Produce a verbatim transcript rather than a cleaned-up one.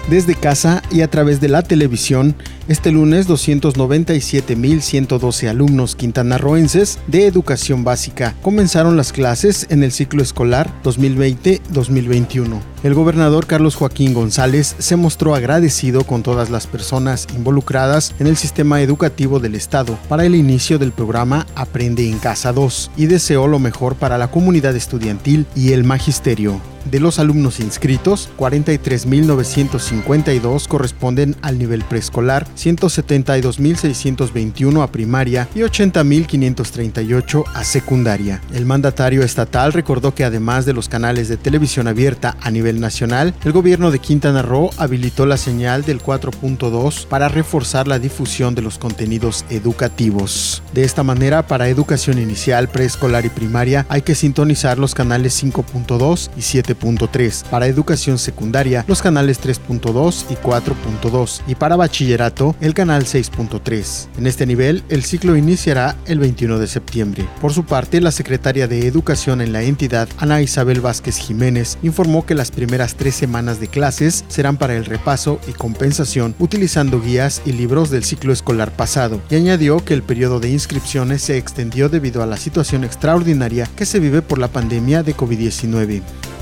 desde casa y a través de la televisión. Este lunes, doscientos noventa y siete mil ciento doce alumnos quintanarroenses de educación básica comenzaron las clases en el ciclo escolar dos mil veinte dos mil veintiuno. El gobernador Carlos Joaquín González se mostró agradecido con todas las personas involucradas en el sistema educativo del estado para el inicio del programa Aprende en Casa dos y deseó lo mejor para la comunidad estudiantil y el magisterio. De los alumnos inscritos, cuarenta y tres mil novecientos cincuenta y dos corresponden al nivel preescolar, ciento setenta y dos mil seiscientos veintiuno a primaria y ochenta mil quinientos treinta y ocho a secundaria. El mandatario estatal recordó que además de los canales de televisión abierta a nivel nacional, el gobierno de Quintana Roo habilitó la señal del cuatro punto dos para reforzar la difusión de los contenidos educativos. De esta manera, para educación inicial, preescolar y primaria hay que sintonizar los canales cinco punto dos y siete punto tres, para educación secundaria los canales tres punto dos y cuatro punto dos y para bachillerato el canal seis punto tres. En este nivel el ciclo iniciará el veintiuno de septiembre. Por su parte, la secretaria de Educación en la entidad, Ana Isabel Vázquez Jiménez, informó que las primeras tres semanas de clases serán para el repaso y compensación utilizando guías y libros del ciclo escolar pasado, y añadió que el periodo de inscripciones se extendió debido a la situación extraordinaria que se vive por la pandemia de covid diecinueve.